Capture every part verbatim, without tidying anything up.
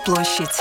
площадь.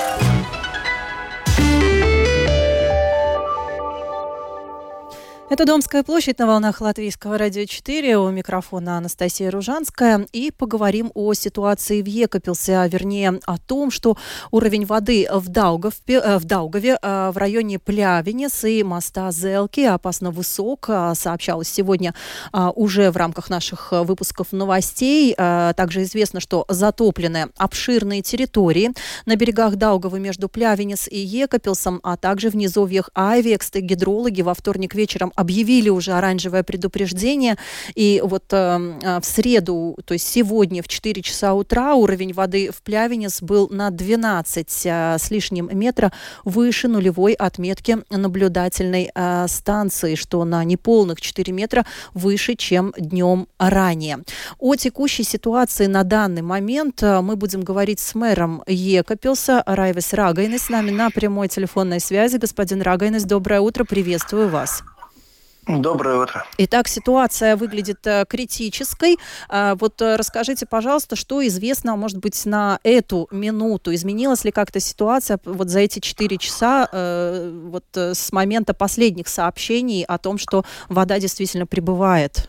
Это Домская площадь на волнах Латвийского радио четыре. У микрофона Анастасия Ружанская. И поговорим о ситуации в Екапелсе, а вернее о том, что уровень воды в, Даугавпе, в Даугаве в районе Плявенец и моста Зелки опасно высок. Сообщалось сегодня уже в рамках наших выпусков новостей. Также известно, что затоплены обширные территории на берегах Даугавы между Плявенец и Екапелсом, а также в низовьях Айвекста. Гидрологи во вторник вечером объявили уже оранжевое предупреждение. И вот э, в среду, то есть сегодня в четыре часа утра уровень воды в Плявенец был на двенадцать э, с лишним метра выше нулевой отметки наблюдательной э, станции, что на неполных четыре метра выше, чем днем ранее. О текущей ситуации на данный момент мы будем говорить с мэром Екапелса Райвис Рагайнес. С нами на прямой телефонной связи. Господин Рагайнес, доброе утро, приветствую вас. Доброе утро. Итак, ситуация выглядит э, критической. Э, вот э, расскажите, пожалуйста, что известно, может быть, на эту минуту? Изменилась ли как-то ситуация вот за эти четыре часа э, вот, э, с момента последних сообщений о том, что вода действительно прибывает?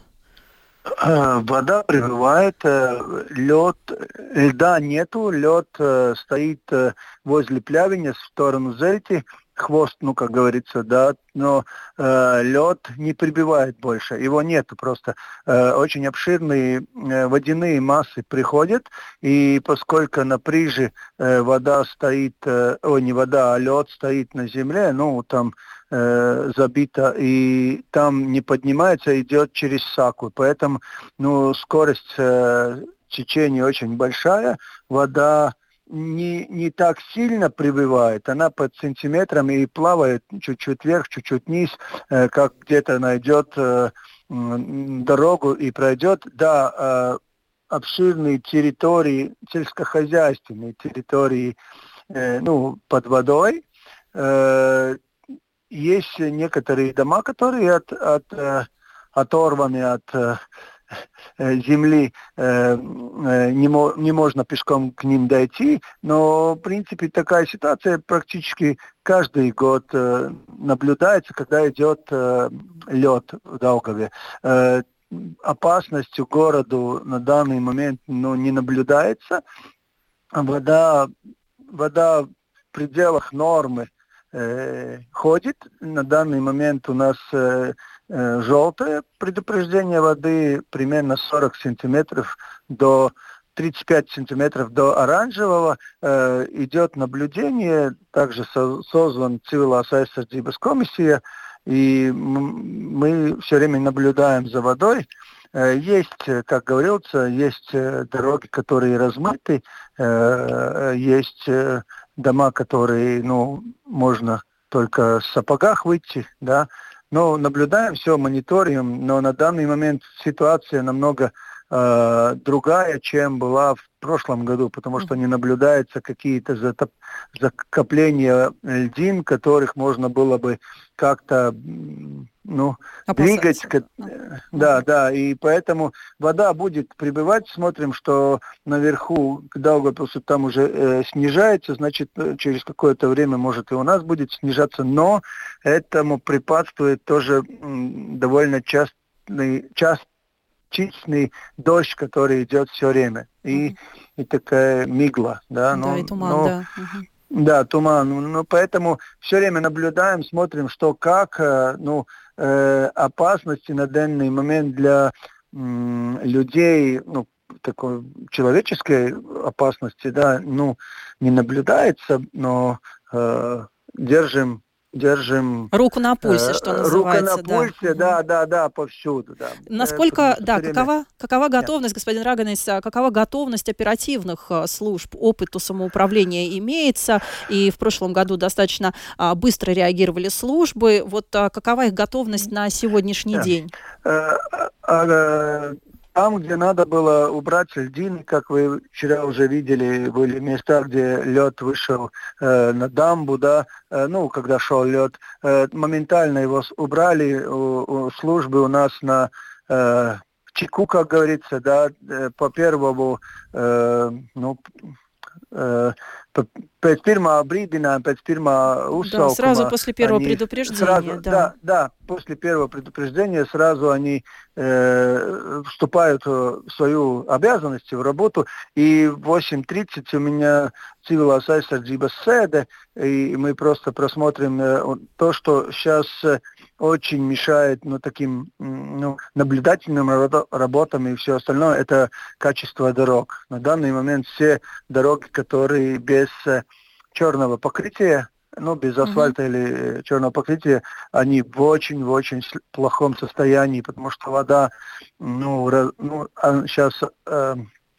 Вода прибывает, лед, льда нету, лед стоит возле Плявенец в сторону Зельти, хвост, ну, как говорится, да, но э, лед не прибивает больше, его нету просто. Э, очень обширные э, водяные массы приходят, и поскольку на приже э, вода стоит, э, о, не вода, а лед стоит на земле, ну, там э, забито, и там не поднимается, идет через Саку, поэтому, ну, скорость э, течения очень большая, вода Не, не так сильно прибывает, она под сантиметром и плавает чуть-чуть вверх, чуть-чуть вниз, э, как где-то найдет э, дорогу и пройдет. Да, э, обширные территории, сельскохозяйственные территории, э, ну, под водой. Э, есть некоторые дома, которые от, от, э, оторваны от э, земли, э, не, мо- не можно пешком к ним дойти, но в принципе такая ситуация практически каждый год э, наблюдается, когда идет э, лед в Даугаве. Э, опасностью городу на данный момент, ну, не наблюдается. Вода, вода в пределах нормы э, ходит. На данный момент у нас э, желтое предупреждение воды, примерно сорок сантиметров до тридцать пять сантиметров до оранжевого. Э, идет наблюдение, также со, созван Civilās aizsardzības комиссия, и м- мы все время наблюдаем за водой. Э, есть, как говорится, есть э, дороги, которые размыты, э, есть э, дома, которые, ну, можно только в сапогах выйти, да. Но наблюдаем все, мониторим, но на данный момент ситуация намного э, другая, чем была в прошлом году, потому что не наблюдается какие-то затоп... закопления льдин, которых можно было бы как-то, ну, двигать. Да, да, и поэтому вода будет прибывать, смотрим, что наверху, к Даугавпилсу, там уже э, снижается, значит, через какое-то время, может, и у нас будет снижаться, но этому препятствует тоже м, довольно частный, частичный дождь, который идет все время, и, uh-huh. и такая мигла, да, да, ну, и туман, ну, да. Uh-huh. Да, туман. Ну, поэтому все время наблюдаем, смотрим, что как, ну, э, опасности на данный момент для м, людей, ну, такой человеческой опасности, да, ну, не наблюдается, но э, держим Держим руку на пульсе, э, что называется. Рука на пульсе, да, да, да, да, повсюду. Да. Насколько, да, время... какова, какова готовность, Нет. господин Рагайнес, какова готовность оперативных служб? Опыт у самоуправления имеется, и в прошлом году достаточно а, быстро реагировали службы. Вот а, какова их готовность на сегодняшний да. день? А, а, Там, где надо было убрать льдины, как вы вчера уже видели, были места, где лед вышел э, на дамбу, да, э, ну, когда шел лед, э, моментально его убрали, у, у службы у нас на э, чеку, как говорится, да, э, по первому, э, ну, э, pēc pirmā brīdinājuma, pēc pirmā усаукума. Да, сразу после первого предупреждения. Сразу, да. да, да, после первого предупреждения сразу они э, вступают в свою обязанность, в работу. И в восемь тридцать у меня civilās aizsardzības sēde, и мы просто просмотрим э, то, что сейчас э, очень мешает ну, таким ну, наблюдательным работам и все остальное, это качество дорог. На данный момент все дороги, которые без э, черного покрытия, ну, без асфальта mm-hmm. или черного покрытия, они в очень-очень плохом состоянии, потому что вода, ну, раз, ну сейчас э,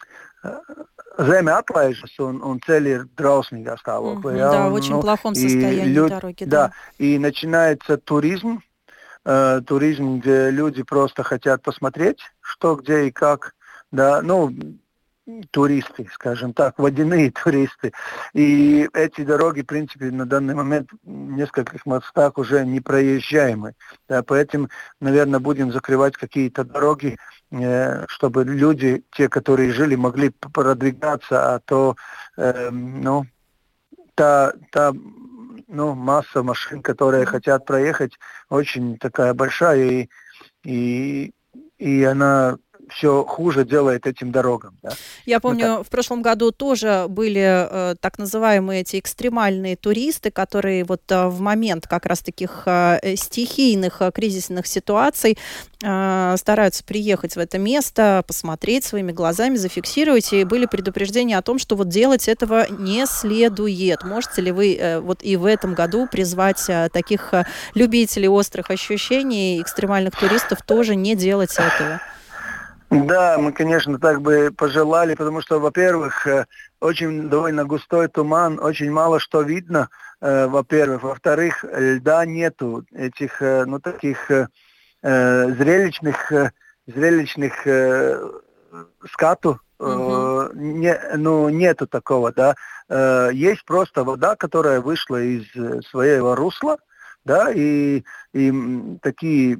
zeme atlaižas un, un ceļi ir drausmīgā stāvoklī. Mm-hmm, да, в очень ну, плохом состоянии люд, дороги. Да. да, и начинается туризм, э, туризм, где люди просто хотят посмотреть, что, где и как, да, ну, туристы, скажем так, водяные туристы. И эти дороги, в принципе, на данный момент в нескольких местах уже непроезжаемы. Да, поэтому, наверное, будем закрывать какие-то дороги, э, чтобы люди, те, которые жили, могли продвигаться, а то, э, ну, та, та ну, масса машин, которые mm-hmm. хотят проехать, очень такая большая, и, и, и она все хуже делает этим дорогам. Да? Я помню, ну, в прошлом году тоже были э, так называемые эти экстремальные туристы, которые вот э, в момент как раз таких э, стихийных э, кризисных ситуаций э, стараются приехать в это место, посмотреть своими глазами, зафиксировать, и были предупреждения о том, что вот делать этого не следует. Можете ли вы э, вот и в этом году призвать э, таких э, любителей острых ощущений, экстремальных туристов тоже не делать этого? Да, мы, конечно, так бы пожелали, потому что, во-первых, очень довольно густой туман, очень мало что видно, во-первых. Во-вторых, льда нету, этих, ну, таких э, зрелищных, зрелищных э, скату, uh-huh. э, не, ну, нету такого, да. Э, есть просто вода, которая вышла из своего русла, да, и, и такие...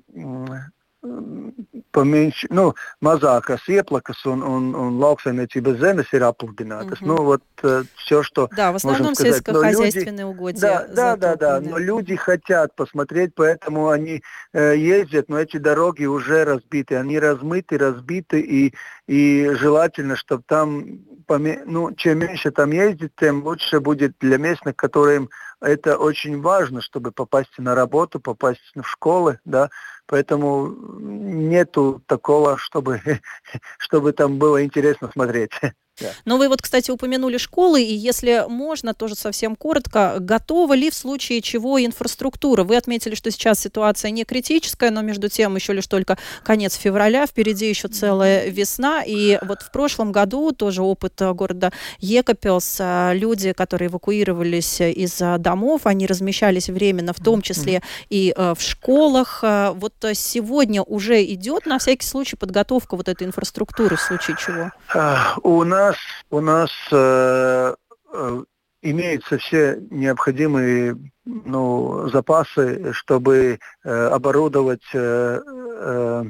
Поменьше, ну, mazākas ieplakas un, un, un lauksaimniecības zemes ir apludinātas. Uh-huh. Ну, вот э, все, что да, в основном можем сказать. сельскохозяйственные угодья. Да, да, да, да, но люди хотят посмотреть, поэтому они э, ездят, но эти дороги уже разбиты, они размыты, разбиты, и, и желательно, чтобы там, поме... ну, чем меньше там ездить, тем лучше будет для местных, которым это очень важно, чтобы попасть на работу, попасть в школы, да, поэтому нету такого, чтобы, чтобы там было интересно смотреть. Да. Но вы вот, кстати, упомянули школы, и если можно, тоже совсем коротко, готова ли в случае чего инфраструктура? Вы отметили, что сейчас ситуация не критическая, но между тем еще лишь только конец февраля, впереди еще целая весна, и вот в прошлом году тоже опыт города Екапелс, люди, которые эвакуировались из домов, они размещались временно, в том числе и в школах. Вот сегодня уже идет на всякий случай подготовка вот этой инфраструктуры в случае чего? У нас У нас э, э, имеются все необходимые ну, запасы, чтобы э, оборудовать э, э,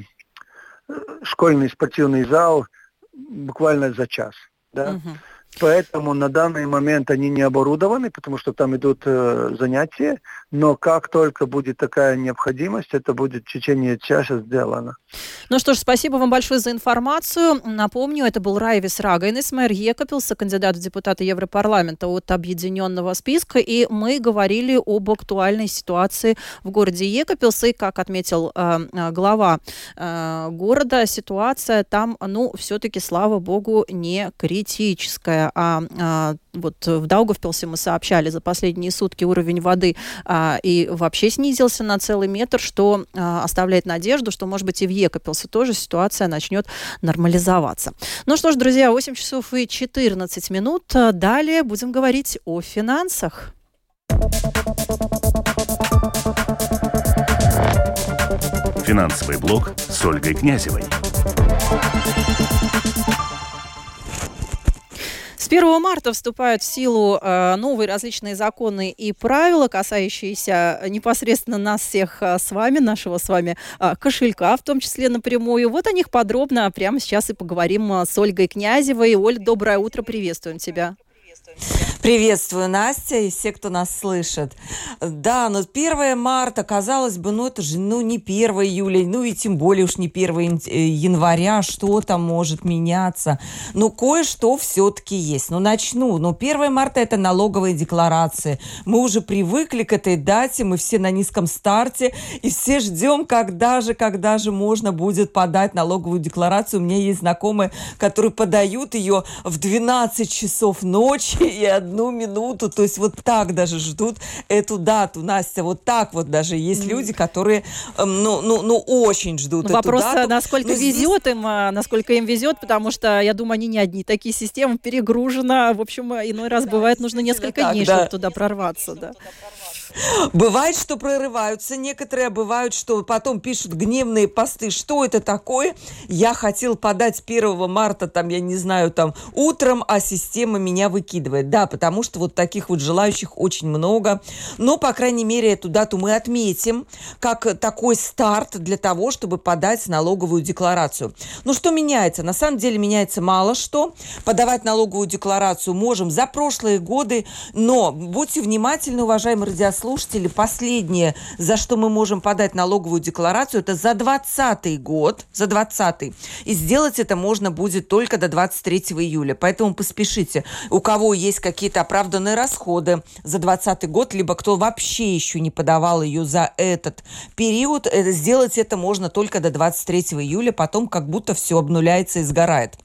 школьный спортивный зал буквально за час. Да? Uh-huh. Поэтому на данный момент они не оборудованы, потому что там идут э, занятия, но как только будет такая необходимость, это будет в течение часа сделано. Ну что ж, спасибо вам большое за информацию. Напомню, это был Райвис Рагайнис, мэр Екапелса, кандидат в депутаты Европарламента от Объединенного списка, и мы говорили об актуальной ситуации в городе Екапелс, и, как отметил э, глава э, города, ситуация там, ну, все-таки, слава богу, не критическая. А, а вот в Даугавпилсе мы сообщали, за последние сутки уровень воды а, и вообще снизился на целый метр, что а, оставляет надежду, что, может быть, и в Екапелсе тоже ситуация начнет нормализоваться. Ну что ж, друзья, восемь часов и четырнадцать минут. Далее будем говорить о финансах. Финансовый блог с Ольгой Князевой. С первого марта вступают в силу э, новые различные законы и правила, касающиеся непосредственно нас всех э, с вами, нашего с вами э, кошелька, в том числе напрямую. Вот о них подробно прямо сейчас и поговорим э, с Ольгой Князевой. Оль, доброе утро, приветствуем тебя. Приветствую, Настя, и все, кто нас слышит. Да, но первое марта, казалось бы, ну это же ну, не первое июля, ну и тем более уж не первое января, что там может меняться. Но кое-что все-таки есть. Ну начну. Ну первое марта это налоговые декларации. Мы уже привыкли к этой дате, мы все на низком старте, и все ждем, когда же, когда же можно будет подать налоговую декларацию. У меня есть знакомые, которые подают ее в двенадцать часов ночи и одну минуту, то есть вот так даже ждут эту дату, Настя, вот так вот даже есть mm. люди, которые, ну, ну, ну очень ждут ну, эту вопрос, дату. Вопрос, насколько Но везет здесь... им, насколько им везет, потому что, я думаю, они не одни такие, системы перегружена, в общем, иной раз бывает, нужно несколько так, дней, да. чтобы туда прорваться, да. Бывает, что прорываются некоторые, а бывают, что потом пишут гневные посты. Что это такое? Я хотел подать первого марта, там, я не знаю, там, утром, а система меня выкидывает. Да, потому что вот таких вот желающих очень много. Но, по крайней мере, эту дату мы отметим как такой старт для того, чтобы подать налоговую декларацию. Ну, что меняется? На самом деле меняется мало что. Подавать налоговую декларацию можем за прошлые годы, но будьте внимательны, уважаемые радиослушатели, Слушатели, последнее, за что мы можем подать налоговую декларацию, это за двадцатый год, за двадцатый. И сделать это можно будет только до двадцать третьего июля. Поэтому поспешите. У кого есть какие-то оправданные расходы за двадцатый год, либо кто вообще еще не подавал ее за этот период, сделать это можно только до двадцать третьего июля, потом как будто все обнуляется и сгорает.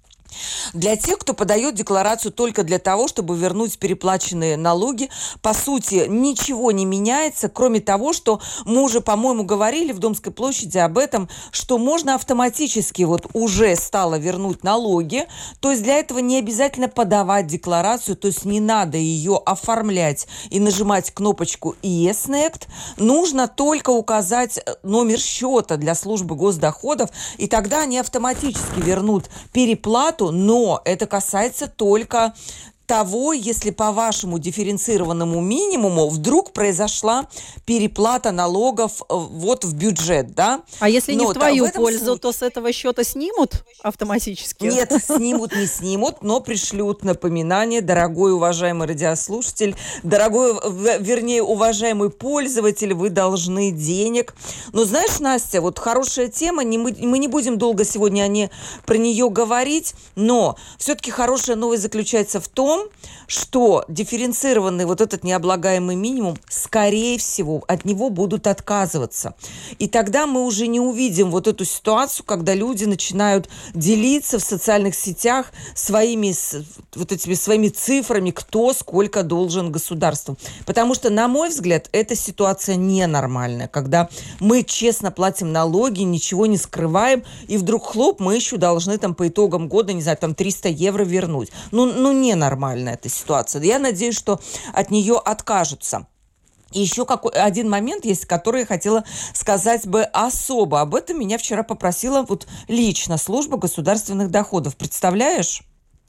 Для тех, кто подает декларацию только для того, чтобы вернуть переплаченные налоги, по сути, ничего не меняется, кроме того, что мы уже, по-моему, говорили в Домской площади об этом, что можно автоматически вот уже стало вернуть налоги, то есть для этого не обязательно подавать декларацию, то есть не надо ее оформлять и нажимать кнопочку «ИЭС-Нект», нужно только указать номер счета для службы госдоходов, и тогда они автоматически вернут переплату, но это касается только того, если по вашему дифференцированному минимуму вдруг произошла переплата налогов вот в бюджет, да? А если но, не в твою в пользу, случае... то с этого счета снимут автоматически? Нет, снимут, не снимут, но пришлют напоминание, дорогой уважаемый радиослушатель, дорогой, вернее, уважаемый пользователь, вы должны денег. Но знаешь, Настя, вот хорошая тема, не, мы, мы не будем долго сегодня о ней, про нее говорить, но все-таки хорошая новость заключается в том, что дифференцированный вот этот необлагаемый минимум, скорее всего, от него будут отказываться. И тогда мы уже не увидим вот эту ситуацию, когда люди начинают делиться в социальных сетях своими, вот этими своими цифрами, кто сколько должен государству. Потому что, на мой взгляд, эта ситуация ненормальная, когда мы честно платим налоги, ничего не скрываем, и вдруг хлоп, мы еще должны там по итогам года, не знаю, там триста евро вернуть. Ну, ну ненормально. Эта ситуация. Я надеюсь, что от нее откажутся. И еще какой, один момент есть, который я хотела сказать бы особо. Об этом меня вчера попросила вот лично служба государственных доходов. Представляешь?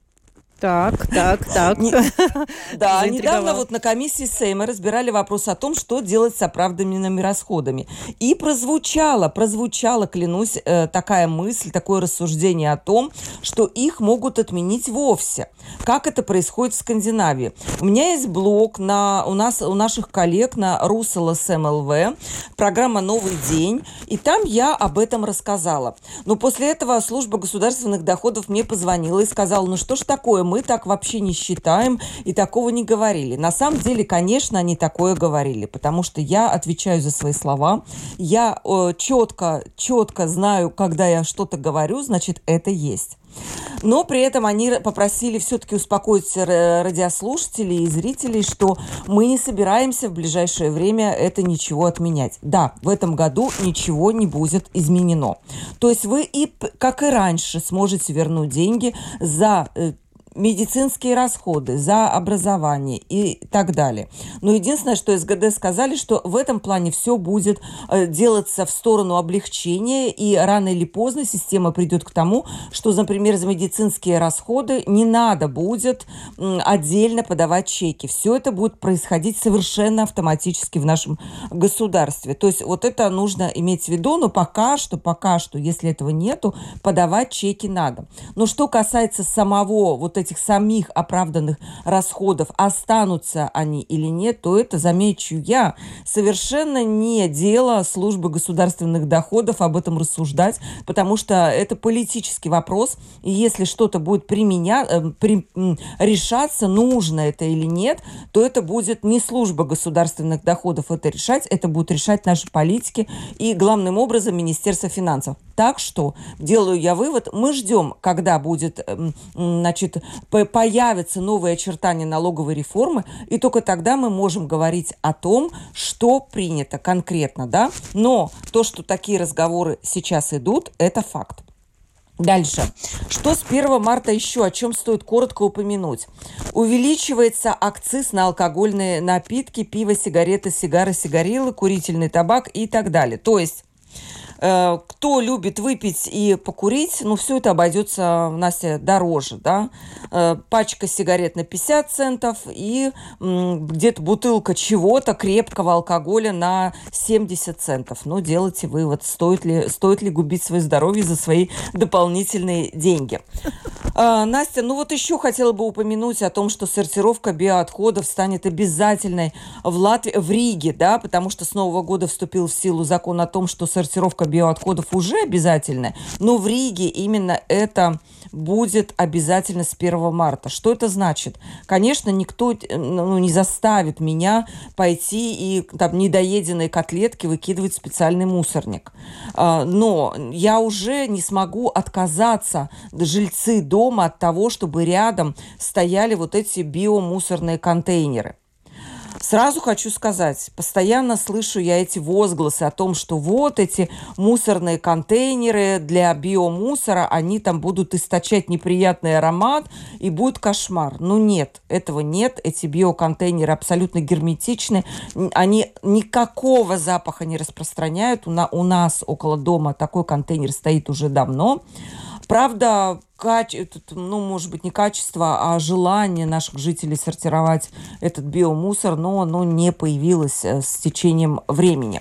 Так, так, так. Не, да, недавно вот на комиссии Сейма разбирали вопрос о том, что делать с оправданными расходами. И прозвучала, прозвучала, клянусь, э, такая мысль, такое рассуждение о том, что их могут отменить вовсе. Как это происходит в Скандинавии? У меня есть блог на, у, нас, у наших коллег на РусЛСМ.ЛВ, программа «Новый день», и там я об этом рассказала. Но после этого служба государственных доходов мне позвонила и сказала, ну что ж такое, мы так вообще не считаем и такого не говорили. На самом деле, конечно, они такое говорили, потому что я отвечаю за свои слова. Я э, четко, четко знаю, когда я что-то говорю, значит, это есть. Но при этом они попросили все-таки успокоить радиослушателей и зрителей, что мы не собираемся в ближайшее время это ничего отменять. Да, в этом году ничего не будет изменено. То есть вы, и, как и раньше, сможете вернуть деньги за медицинские расходы, за образование и так далее. Но единственное, что СГД сказали, что в этом плане все будет э, делаться в сторону облегчения, и рано или поздно система придет к тому, что, например, за медицинские расходы не надо будет э, отдельно подавать чеки. Все это будет происходить совершенно автоматически в нашем государстве. То есть вот это нужно иметь в виду, но пока что, пока что, если этого нету, подавать чеки надо. Но что касается самого вот этих самих оправданных расходов, останутся они или нет, то это, замечу я, совершенно не дело службы государственных доходов об этом рассуждать, потому что это политический вопрос, и если что-то будет применя... при... решаться, нужно это или нет, то это будет не служба государственных доходов это решать, это будут решать наши политики и, главным образом, Министерство финансов. Так что, делаю я вывод, мы ждем, когда будет, значит, появятся новые очертания налоговой реформы, и только тогда мы можем говорить о том, что принято конкретно, да. Но то, что такие разговоры сейчас идут, это факт. Дальше. Что с первого марта еще, о чем стоит коротко упомянуть? Увеличивается акциз на алкогольные напитки, пиво, сигареты, сигары, сигарилы, курительный табак и так далее. То есть, э, кто любит выпить и покурить, ну, все это обойдется, Настя, дороже, да? Э, пачка сигарет на пятьдесят центов и м, где-то бутылка чего-то, крепкого алкоголя на семьдесят центов. Ну, делайте вывод, стоит ли, стоит ли губить свое здоровье за свои дополнительные деньги. А, Настя, ну вот еще хотела бы упомянуть о том, что сортировка биоотходов станет обязательной в Латвии, в Риге, да, потому что с Нового года вступил в силу закон о том, что сортировка биоотходов уже обязательная, но в Риге именно это будет обязательно с первого марта. Что это значит? Конечно, никто ну, не заставит меня пойти и там недоеденные котлетки выкидывать в специальный мусорник. А, но я уже не смогу отказаться, жильцы дома, от того, чтобы рядом стояли вот эти биомусорные контейнеры. Сразу хочу сказать, постоянно слышу я эти возгласы о том, что вот эти мусорные контейнеры для биомусора, они там будут источать неприятный аромат и будет кошмар. Ну нет, этого нет. Эти биоконтейнеры абсолютно герметичны. Они никакого запаха не распространяют. У, на, у нас около дома такой контейнер стоит уже давно. Правда, каче... ну, может быть, не качество, а желание наших жителей сортировать этот биомусор, но оно не появилось с течением времени.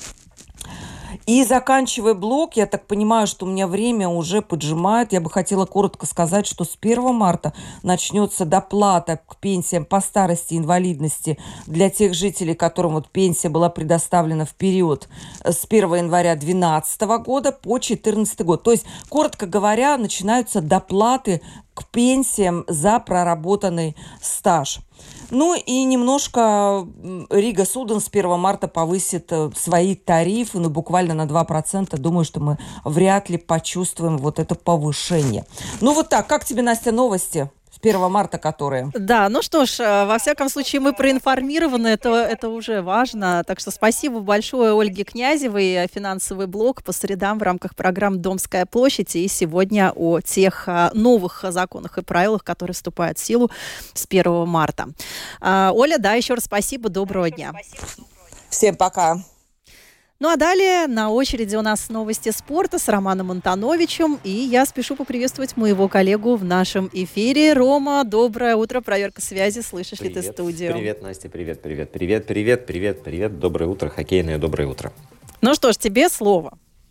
И заканчивая блок, я так понимаю, что у меня время уже поджимает. Я бы хотела коротко сказать, что с первого марта начнется доплата к пенсиям по старости и инвалидности для тех жителей, которым вот пенсия была предоставлена в период с первого января две тысячи двенадцатого года по две тысячи четырнадцатый год. То есть, коротко говоря, начинаются доплаты к пенсиям за проработанный стаж. Ну и немножко Рига Суден с первого марта повысит свои тарифы, ну буквально на два процента. Думаю, что мы вряд ли почувствуем вот это повышение. Ну вот так, как тебе, Настя, новости? С первого марта, которые. Да, ну что ж, во всяком случае, мы проинформированы, это, это уже важно. Так что спасибо большое Ольге Князевой. Финансовый блок по средам в рамках программы «Домская площадь». И сегодня о тех новых законах и правилах, которые вступают в силу с первого марта. Оля, да, еще раз спасибо, доброго дня. Всем пока. Ну а далее на очереди у нас новости спорта с Романом Антоновичем. И я спешу поприветствовать моего коллегу в нашем эфире. Рома, доброе утро, проверка связи. Слышишь привет, ли ты студию? Привет, Настя, привет, привет, привет, привет, привет, привет. Доброе утро, хоккейное доброе утро. Ну что ж, тебе слово.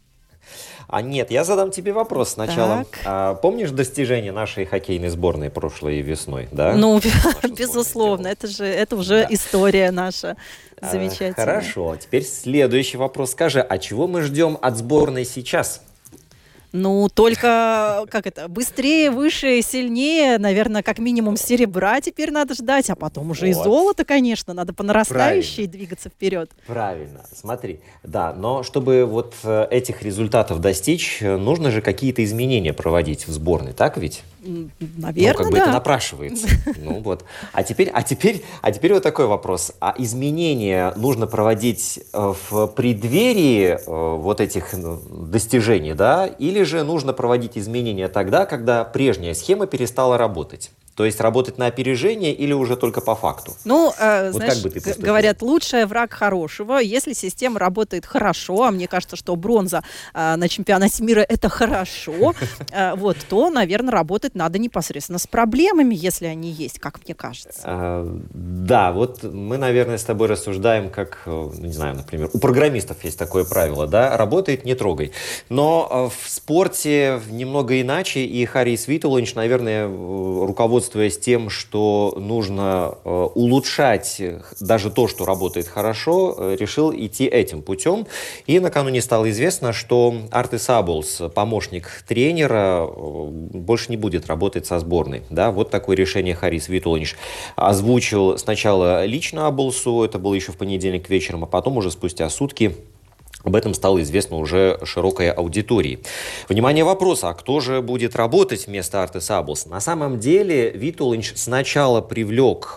А нет, я задам тебе вопрос сначала. А, помнишь достижения нашей хоккейной сборной прошлой весной, да? Ну, безусловно, это же это уже да. история наша замечательная. А, хорошо, теперь следующий вопрос. Скажи, а чего мы ждем от сборной сейчас? Ну, только, как это, быстрее, выше, сильнее, наверное, как минимум серебра теперь надо ждать, а потом уже вот. И золото, конечно, надо по нарастающей двигаться вперед. Правильно, смотри, да, но чтобы вот этих результатов достичь, нужно же какие-то изменения проводить в сборной, так ведь? Наверное, ну, как бы да. это напрашивается. Ну вот. А теперь, а теперь, а теперь вот такой вопрос. А изменения нужно проводить в преддверии вот этих достижений, да, или же нужно проводить изменения тогда, когда прежняя схема перестала работать? То есть работать на опережение или уже только по факту? Ну, э, вот знаешь, как бы ты поступил? Говорят, лучший враг хорошего. Если система работает хорошо, а мне кажется, что бронза э, на чемпионате мира это хорошо, э, вот, то, наверное, работать надо непосредственно с проблемами, если они есть, как мне кажется. А, да, вот мы, наверное, с тобой рассуждаем, как, не знаю, например, у программистов есть такое правило, да, работает, не трогай. Но в спорте немного иначе, и Харри Свитулунч, наверное, руководство руководствуясь тем, что нужно э, улучшать даже то, что работает хорошо, э, решил идти этим путем. И накануне стало известно, что Артис Аболс, помощник тренера, э, больше не будет работать со сборной. Да, вот такое решение Харис Витулинш озвучил сначала лично Аболсу, это было еще в понедельник вечером, а потом уже спустя сутки об этом стало известно уже широкой аудитории. Внимание, вопрос, а кто же будет работать вместо Артис Аболса? На самом деле Витулинш сначала привлек,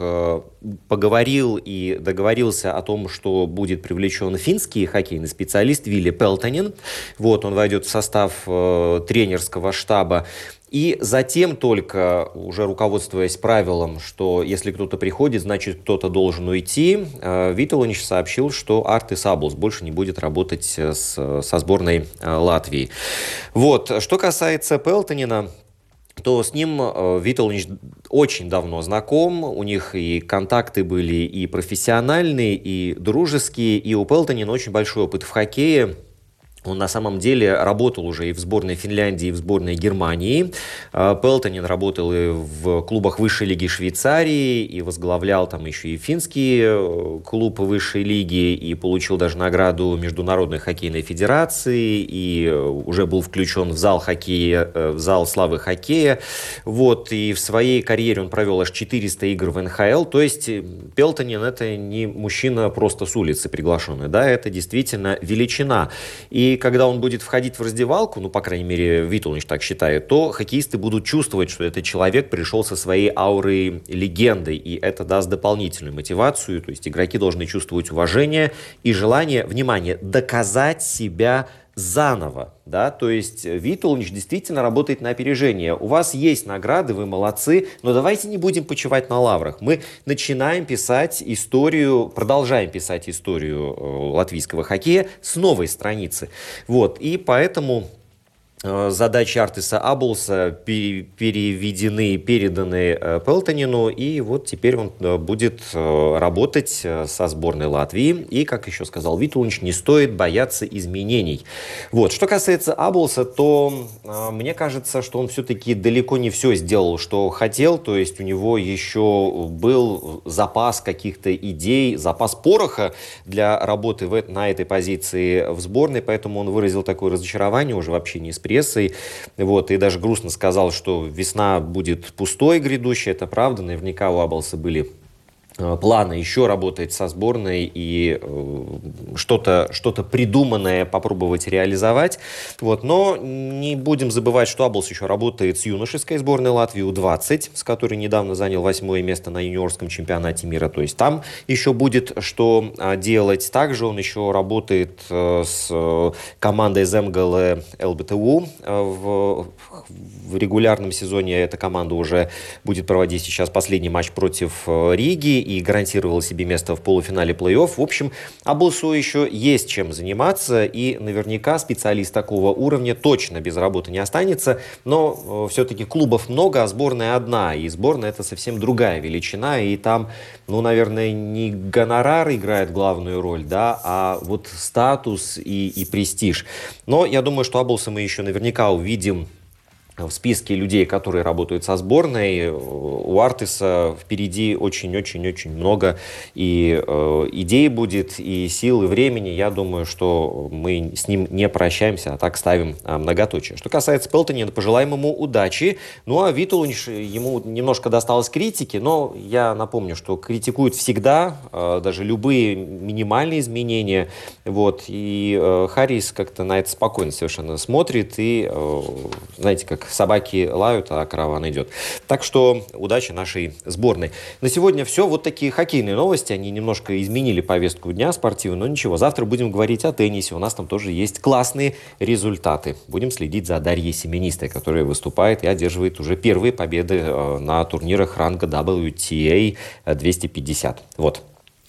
поговорил и договорился о том, что будет привлечен финский хоккейный специалист Вилли Пелтонен. Вот, он войдет в состав э, тренерского штаба. И затем только, уже руководствуясь правилом, что если кто-то приходит, значит кто-то должен уйти, Витулинш сообщил, что Артис Аболс больше не будет работать с, со сборной Латвии. Вот. Что касается Пелтонена, то с ним Витулинш очень давно знаком, у них и контакты были и профессиональные, и дружеские, и у Пелтонена очень большой опыт в хоккее. Он на самом деле работал уже и в сборной Финляндии, и в сборной Германии. Пелтонен работал и в клубах высшей лиги Швейцарии, и возглавлял там еще и финский клуб высшей лиги, и получил даже награду Международной хоккейной федерации, и уже был включен в зал хоккея, в зал славы хоккея. Вот, и в своей карьере он провел аж четыреста игр в эн ха эл. То есть Пелтонен — это не мужчина просто с улицы приглашенный, да, это действительно величина. И когда он будет входить в раздевалку, ну, по крайней мере, Витулинш так считает, то хоккеисты будут чувствовать, что этот человек пришел со своей аурой легенды, и это даст дополнительную мотивацию, то есть игроки должны чувствовать уважение и желание, внимание, доказать себя заново, да, то есть Витулинш действительно работает на опережение. У вас есть награды, вы молодцы, но давайте не будем почивать на лаврах. Мы начинаем писать историю, продолжаем писать историю латвийского хоккея с новой страницы. Вот, и поэтому задачи Артиса Аболса переведены, переданы Пелтонену, и вот теперь он будет работать со сборной Латвии. И, как еще сказал Витулинш, не стоит бояться изменений. Вот. Что касается Аболса, то мне кажется, что он все-таки далеко не все сделал, что хотел. То есть у него еще был запас каких-то идей, запас пороха для работы в, на этой позиции в сборной, поэтому он выразил такое разочарование уже в общении с прессой, вот, и даже грустно сказал, что весна будет пустой грядущей, это правда, наверняка у Аболса были планы еще работать со сборной и э, что-то, что-то придуманное попробовать реализовать. Вот. Но не будем забывать, что Аболс еще работает с юношеской сборной Латвии ю двадцать, с которой недавно занял восьмое место на юниорском чемпионате мира. То есть там еще будет что делать. Также он еще работает э, с командой Земгале эл бэ тэ у. В, в регулярном сезоне эта команда уже будет проводить сейчас последний матч против Риги и гарантировал себе место в полуфинале плей-офф. В общем, Аболсу еще есть чем заниматься, и наверняка специалист такого уровня точно без работы не останется, но э, все-таки клубов много, а сборная одна, и сборная — это совсем другая величина, и там, ну, наверное, не гонорар играет главную роль, да, а вот статус и, и престиж. Но я думаю, что Аболса мы еще наверняка увидим в списке людей, которые работают со сборной. У Артиса впереди очень-очень-очень много и э, идей будет, и сил, и времени. Я думаю, что мы с ним не прощаемся, а так ставим э, многоточие. Что касается Пелтонена, пожелаем ему удачи. Ну, а Витулинш, ему немножко досталось критики, но я напомню, что критикуют всегда, э, даже любые минимальные изменения. Вот. И э, Харис как-то на это спокойно совершенно смотрит и, э, знаете, как собаки лают, а караван идет. Так что удачи нашей сборной. На сегодня все. Вот такие хоккейные новости. Они немножко изменили повестку дня спортивную, но ничего. Завтра будем говорить о теннисе. У нас там тоже есть классные результаты. Будем следить за Дарьей Семенистой, которая выступает и одерживает уже первые победы на турнирах ранга дабл ю ти эй двести пятьдесят. Вот.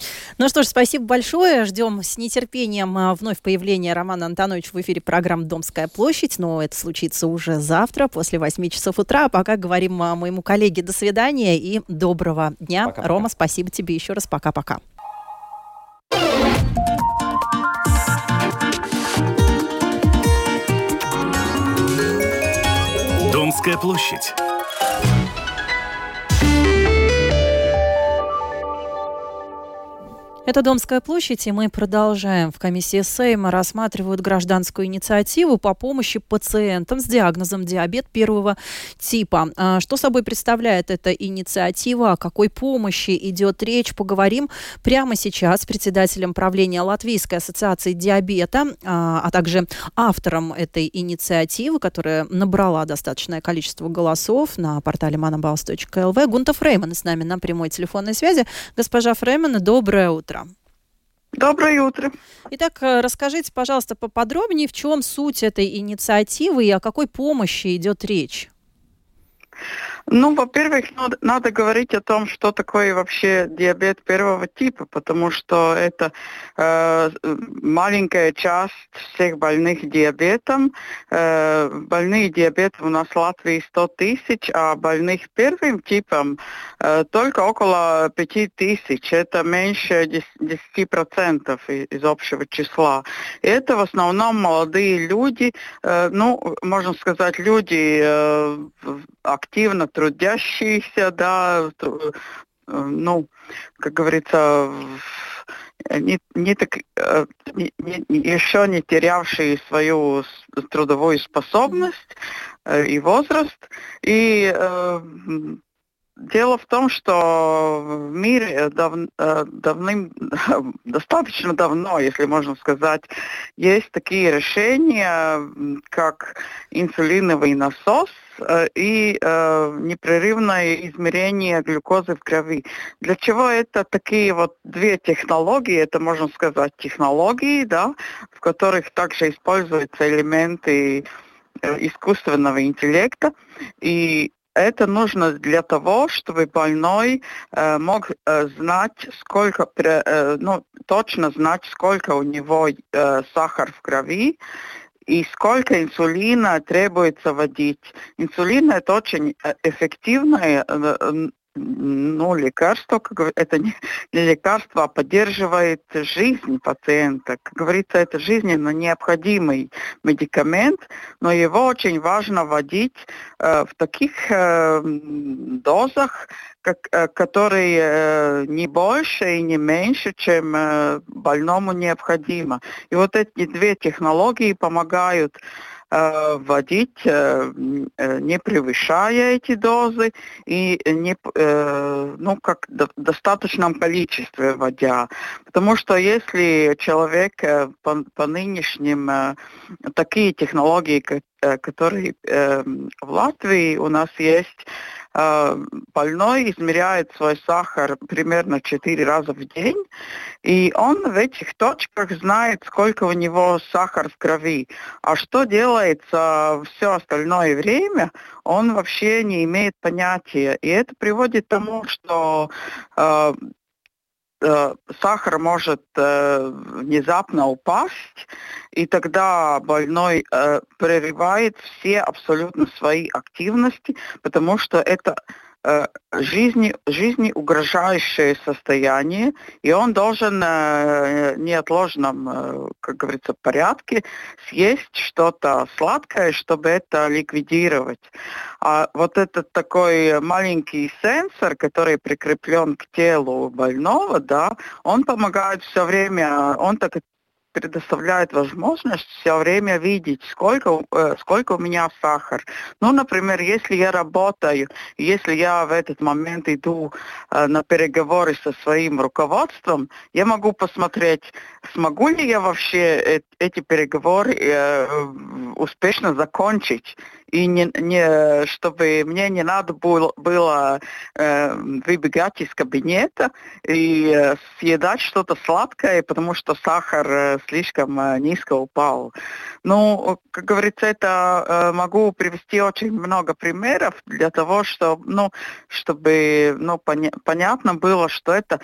Ну что ж, спасибо большое. Ждем с нетерпением вновь появления Романа Антоновича в эфире программы «Домская площадь». Но это случится уже завтра, после восьми часов утра. А пока говорим моему коллеге до свидания и доброго дня. Пока-пока. Рома, спасибо тебе еще раз. Пока-пока. Домская площадь. Это Домская площадь, и мы продолжаем. В комиссии Сейма рассматривают гражданскую инициативу по помощи пациентам с диагнозом диабет первого типа. Что собой представляет эта инициатива, о какой помощи идет речь, поговорим прямо сейчас с председателем правления Латвийской ассоциации диабета, а также автором этой инициативы, которая набрала достаточное количество голосов на портале манабалс точка эл ви. Гунта Фрейман с нами на прямой телефонной связи. Госпожа Фрейман, доброе утро. Доброе утро. Итак, расскажите, пожалуйста, поподробнее, в чем суть этой инициативы и о какой помощи идет речь? Ну, во-первых, надо, надо говорить о том, что такое вообще диабет первого типа, потому что это э, маленькая часть всех больных диабетом. Э, больных диабетом у нас в Латвии сто тысяч, а больных первым типом э, только около пять тысяч. Это меньше десять процентов из, из общего числа. И это в основном молодые люди, э, ну, можно сказать, люди э, активно трудящиеся, да, ну, как говорится, не, не так, не, не, еще не терявшие свою трудовую способность и возраст. И э, дело в том, что в мире дав, давным, достаточно давно, если можно сказать, есть такие решения, как инсулиновый насос и э, непрерывное измерение глюкозы в крови. Для чего это такие вот две технологии? Это, можно сказать, технологии, да, в которых также используются элементы э, искусственного интеллекта. И это нужно для того, чтобы больной э, мог э, знать, сколько, э, ну, точно знать, сколько у него э, сахар в крови, и сколько инсулина требуется вводить. Инсулин – это очень эффективное ну, лекарство, это не, не лекарство, а поддерживает жизнь пациента. Как говорится, это жизненно необходимый медикамент, но его очень важно вводить э, в таких э, дозах, как, э, которые э, не больше и не меньше, чем э, больному необходимо. И вот эти две технологии помогают вводить, не превышая эки дозы и не, ну, как в достаточном количестве вводя. Потому что если человек по, по нынешним такие технологии, которые в Латвии у нас есть, больной измеряет свой сахар примерно четыре раза в день, и он в этих точках знает, сколько у него сахар в крови. А что делается все остальное время, он вообще не имеет понятия. И это приводит к тому, что э, э, сахар может э, внезапно упасть, и тогда больной э, прерывает все абсолютно свои активности, потому что это э, жизни, жизни угрожающее состояние, и он должен э, в неотложном, э, как говорится, порядке съесть что-то сладкое, чтобы это ликвидировать. А вот этот такой маленький сенсор, который прикреплен к телу больного, да, он помогает все время, он так предоставляет возможность все время видеть, сколько, э, сколько у меня сахар. Ну, например, если я работаю, если я в этот момент иду э, на переговоры со своим руководством, я могу посмотреть, смогу ли я вообще э- эти переговоры э, успешно закончить. И не, не, чтобы мне не надо было, было э, выбегать из кабинета и э, съедать что-то сладкое, потому что сахар э, слишком э, низко упал. Ну, как говорится, это э, могу привести очень много примеров для того, чтобы, ну, чтобы ну, поня- понятно было, что это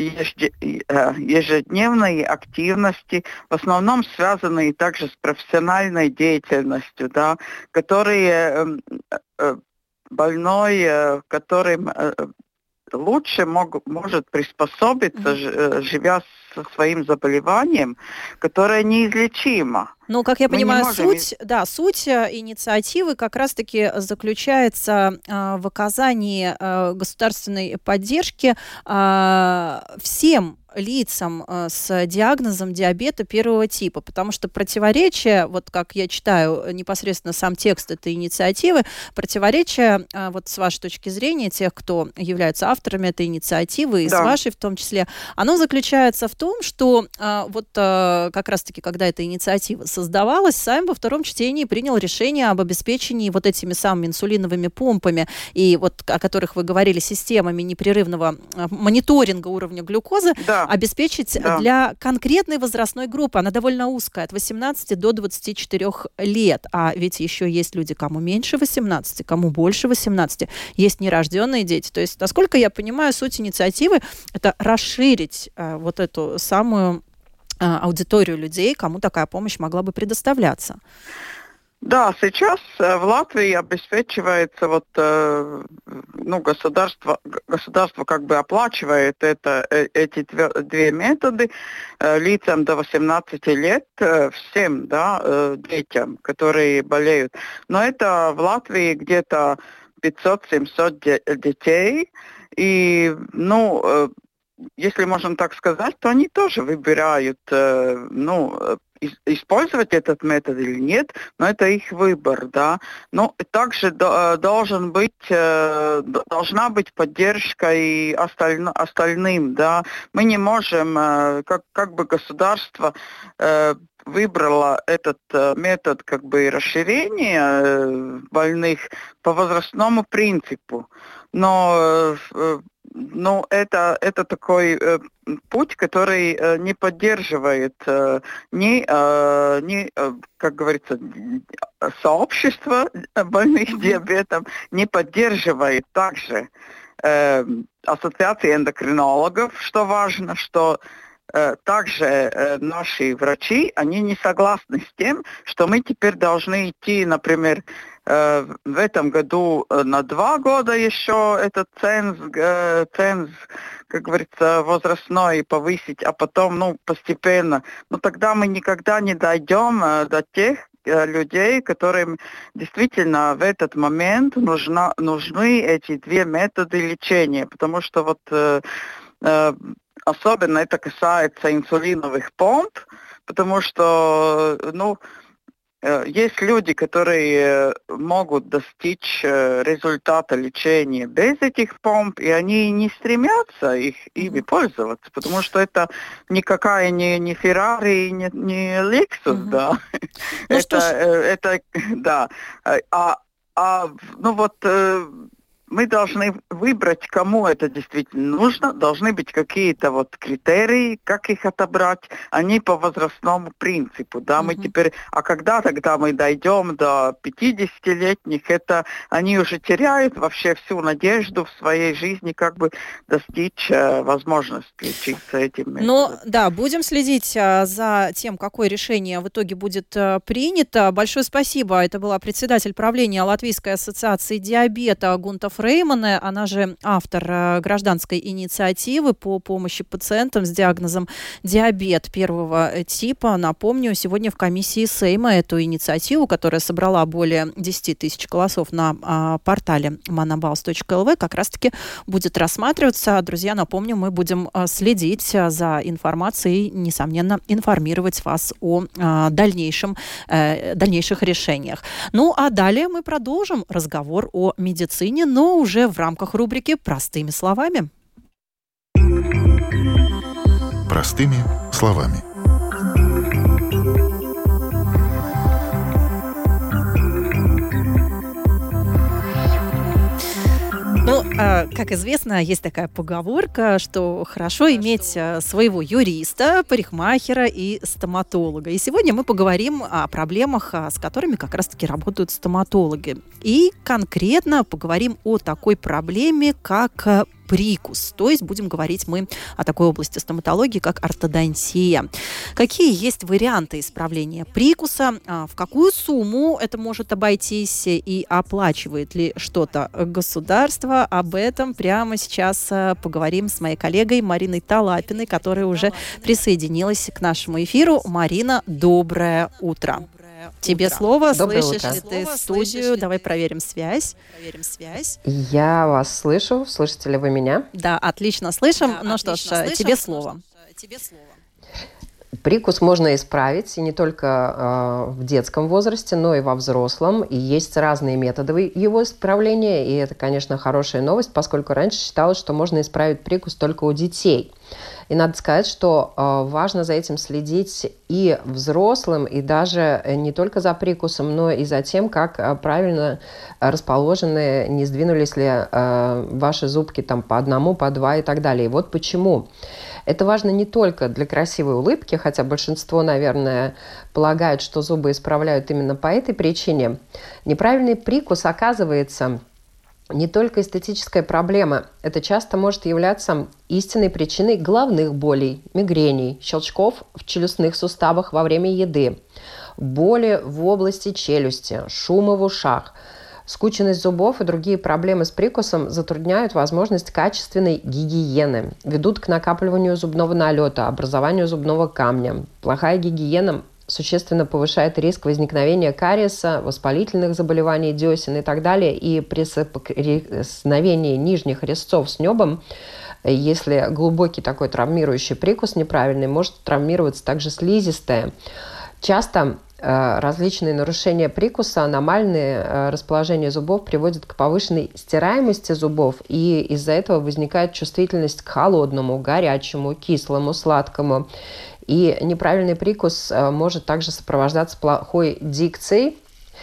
ежедневные активности, в основном связанные также с профессиональной деятельностью, да, которые больной, которым лучше мог, может приспособиться, живя со своим заболеванием, которое неизлечимо. Ну, как я Мы понимаю, можем... суть, да, суть инициативы как раз-таки заключается э, в оказании э, государственной поддержки э, всем лицам э, с диагнозом диабета первого типа, потому что противоречие, вот как я читаю непосредственно сам текст этой инициативы, противоречие, э, вот с вашей точки зрения, тех, кто являются авторами этой инициативы, и да. с вашей в том числе, оно заключается в том, что э, вот э, как раз-таки, когда эта инициатива создавалась, Сайм во втором чтении принял решение об обеспечении вот этими самыми инсулиновыми помпами, и вот о которых вы говорили, системами непрерывного э, мониторинга уровня глюкозы, да. обеспечить да. для конкретной возрастной группы. Она довольно узкая, от восемнадцати до двадцати четырёх лет. А ведь еще есть люди, кому меньше восемнадцати, кому больше восемнадцати. Есть нерожденные дети. То есть, насколько я понимаю, суть инициативы – это расширить э, вот эту самую э, аудиторию людей, кому такая помощь могла бы предоставляться. Да, сейчас в Латвии обеспечивается вот, ну, государство, государство как бы оплачивает это, эти две методы лицам до восемнадцати лет, всем, да, детям, которые болеют. Но это в Латвии где-то пятьсот-семьсот детей, и, ну, если можно так сказать, то они тоже выбирают, ну, использовать этот метод или нет, но это их выбор, да. Но также должен быть, должна быть поддержка и осталь, остальным, да. Мы не можем, как, как бы государство выбрало этот метод как бы расширения больных по возрастному принципу, но Ну, это, это такой э, путь, который э, не поддерживает э, ни, э, ни э, как говорится, сообщество больных диабетом, не поддерживает также э, ассоциация эндокринологов, что важно, что э, также э, наши врачи, они не согласны с тем, что мы теперь должны идти, например, в этом году на два года еще этот ценз, ценз, как говорится, возрастной повысить, а потом, ну, постепенно. Но тогда мы никогда не дойдем до тех людей, которым действительно в этот момент нужна, нужны эти две методы лечения, потому что вот э, э, особенно это касается инсулиновых помп, потому что, ну, есть люди, которые могут достичь результата лечения без этих помп, и они не стремятся их, ими пользоваться, потому что это никакая не, не Феррари, не, не Lexus, mm-hmm. да. Ну, это, это, да. А, а, ну вот... Мы должны выбрать, кому это действительно нужно. Должны быть какие-то вот критерии, как их отобрать. Они по возрастному принципу. Да, mm-hmm. мы теперь, а когда тогда мы дойдем до пятидесятилетних, это они уже теряют вообще всю надежду в своей жизни, как бы достичь э, возможности лечиться этим методом. Ну, да, будем следить а, за тем, какое решение в итоге будет а, принято. Большое спасибо. Это была председатель правления Латвийской ассоциации диабета Гунта Фреймане, она же автор э, гражданской инициативы по помощи пациентам с диагнозом диабет первого типа. Напомню, сегодня в комиссии Сейма эту инициативу, которая собрала более десяти тысяч голосов на э, портале манабалс точка эл ви, как раз-таки будет рассматриваться. Друзья, напомню, мы будем э, следить за информацией и, несомненно, информировать вас о э, дальнейшем, э, дальнейших решениях. Ну, а далее мы продолжим разговор о медицине, но уже в рамках рубрики «Простыми словами». Простыми словами. Ну, как известно, есть такая поговорка, что хорошо иметь своего юриста, парикмахера и стоматолога. И сегодня мы поговорим о проблемах, с которыми как раз-таки работают стоматологи. И конкретно поговорим о такой проблеме, как прикус. То есть будем говорить мы о такой области стоматологии, как ортодонтия. Какие есть варианты исправления прикуса? В какую сумму это может обойтись и оплачивает ли что-то государство? Об этом прямо сейчас поговорим с моей коллегой Мариной Талапиной, которая уже присоединилась к нашему эфиру. Марина, доброе утро. Тебе слово. Доброе Слышишь утро. ли ты студию? Давай проверим связь. Проверим связь. Я вас слышу. Слышите ли вы меня? Да, отлично слышим. Да, ну отлично что ж, слышим. тебе слово. Тебе слово. Прикус можно исправить и не только э, в детском возрасте, но и во взрослом. И есть разные методы его исправления. И это, конечно, хорошая новость, поскольку раньше считалось, что можно исправить прикус только у детей. И надо сказать, что э, важно за этим следить и взрослым, и даже не только за прикусом, но и за тем, как э, правильно расположены, не сдвинулись ли э, ваши зубки там по одному, по два и так далее. И вот почему. Это важно не только для красивой улыбки, хотя большинство, наверное, полагают, что зубы исправляют именно по этой причине. Неправильный прикус, оказывается, не только эстетическая проблема. Это часто может являться истинной причиной головных болей, мигрений, щелчков в челюстных суставах во время еды, боли в области челюсти, шума в ушах. Скученность зубов и другие проблемы с прикусом затрудняют возможность качественной гигиены, ведут к накапливанию зубного налета, образованию зубного камня. Плохая гигиена существенно повышает риск возникновения кариеса, воспалительных заболеваний десен и так далее. И при соприкосновении нижних резцов с небом, если глубокий такой травмирующий прикус неправильный, может травмироваться также слизистая. Часто различные нарушения прикуса, аномальные расположения зубов приводят к повышенной стираемости зубов, и из-за этого возникает чувствительность к холодному, горячему, кислому, сладкому. И неправильный прикус может также сопровождаться плохой дикцией,